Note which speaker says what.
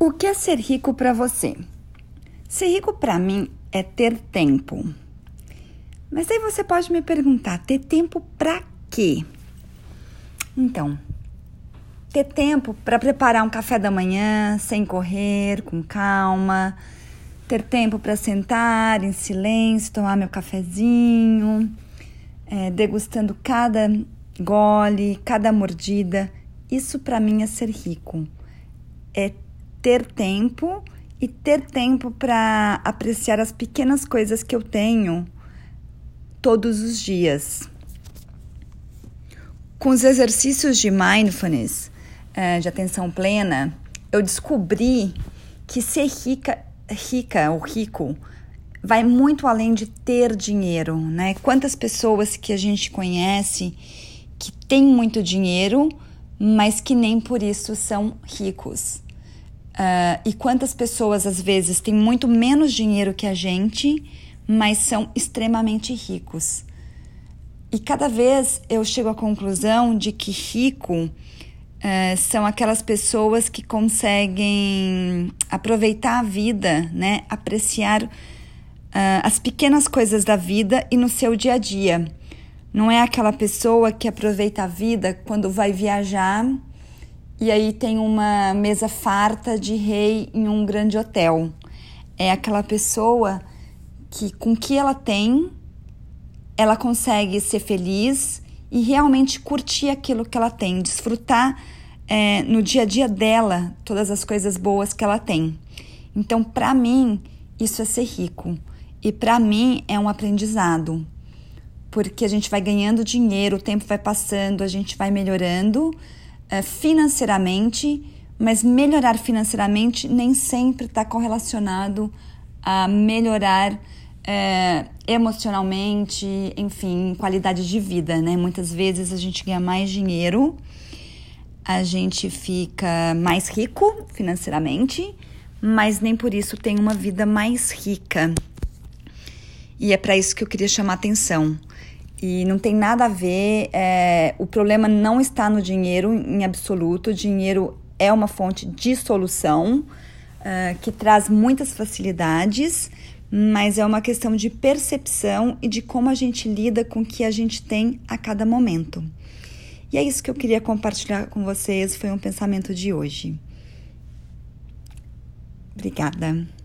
Speaker 1: O que é ser rico para você? Ser rico para mim é ter tempo. Mas aí você pode me perguntar, ter tempo para quê? Então, ter tempo para preparar um café da manhã sem correr, com calma. Ter tempo para sentar em silêncio, tomar meu cafezinho, degustando cada gole, cada mordida. Isso para mim é ser rico. É ter tempo e ter tempo para apreciar as pequenas coisas que eu tenho todos os dias. Com os exercícios de mindfulness, de atenção plena, eu descobri que ser rica ou rico vai muito além de ter dinheiro, né? Quantas pessoas que a gente conhece que têm muito dinheiro, mas que nem por isso são ricos. E quantas pessoas, às vezes, têm muito menos dinheiro que a gente, mas são extremamente ricos. E cada vez eu chego à conclusão de que rico são aquelas pessoas que conseguem aproveitar a vida, né? Apreciar as pequenas coisas da vida e no seu dia a dia. Não é aquela pessoa que aproveita a vida quando vai viajar e aí tem uma mesa farta de rei em um grande hotel. É aquela pessoa que, com o que ela tem, ela consegue ser feliz e realmente curtir aquilo que ela tem, desfrutar no dia a dia dela todas as coisas boas que ela tem. Então, para mim, isso é ser rico. E para mim é um aprendizado, porque a gente vai ganhando dinheiro, o tempo vai passando, a gente vai melhorando financeiramente, mas melhorar financeiramente nem sempre está correlacionado a melhorar emocionalmente, enfim, qualidade de vida, né? Muitas vezes a gente ganha mais dinheiro, a gente fica mais rico financeiramente, mas nem por isso tem uma vida mais rica. E é para isso que eu queria chamar a atenção. E não tem nada a ver, o problema não está no dinheiro em absoluto. O dinheiro é uma fonte de solução que traz muitas facilidades, mas é uma questão de percepção e de como a gente lida com o que a gente tem a cada momento. E é isso que eu queria compartilhar com vocês, foi um pensamento de hoje. Obrigada.